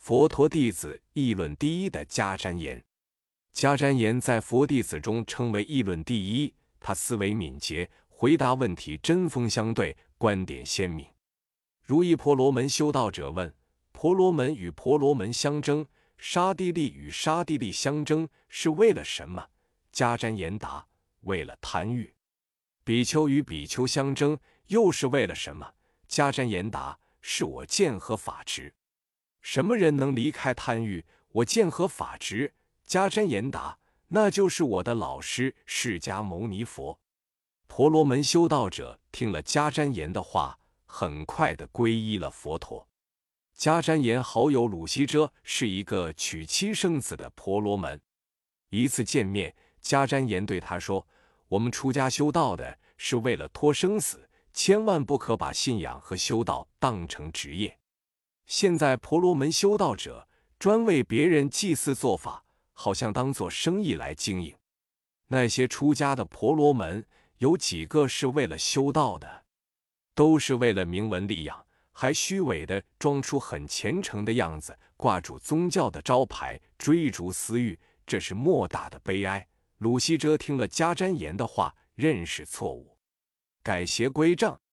佛陀弟子议论第一的迦旃延。迦旃延在佛弟子中称为议论第一，他思维敏捷，回答问题针锋相对，观点鲜明。如一婆罗门修道者问：婆罗门与婆罗门相争，刹帝利与刹帝利相争，是为了什么？迦旃延答：为了贪欲。比丘与比丘相争，又是为了什么？迦旃延答：是我见和法执。什么人能离开贪欲？我见和法执。迦旃延答：那就是我的老师释迦牟尼佛。婆罗门修道者听了迦旃延的话，很快地皈依了佛陀。迦旃延好友鲁希遮是一个娶妻生子的婆罗门。一次见面，迦旃延对他说：我们出家修道的是为了脱生死，千万不可把信仰和修道当成职业。现在婆罗门修道者专为别人祭祀做法，好像当作生意来经营。那些出家的婆罗门有几个是为了修道的？都是为了名闻利养，还虚伪地装出很虔诚的样子，挂住宗教的招牌，追逐私欲，这是莫大的悲哀。鲁希遮听了迦旃延的话，认识错误，改邪归正。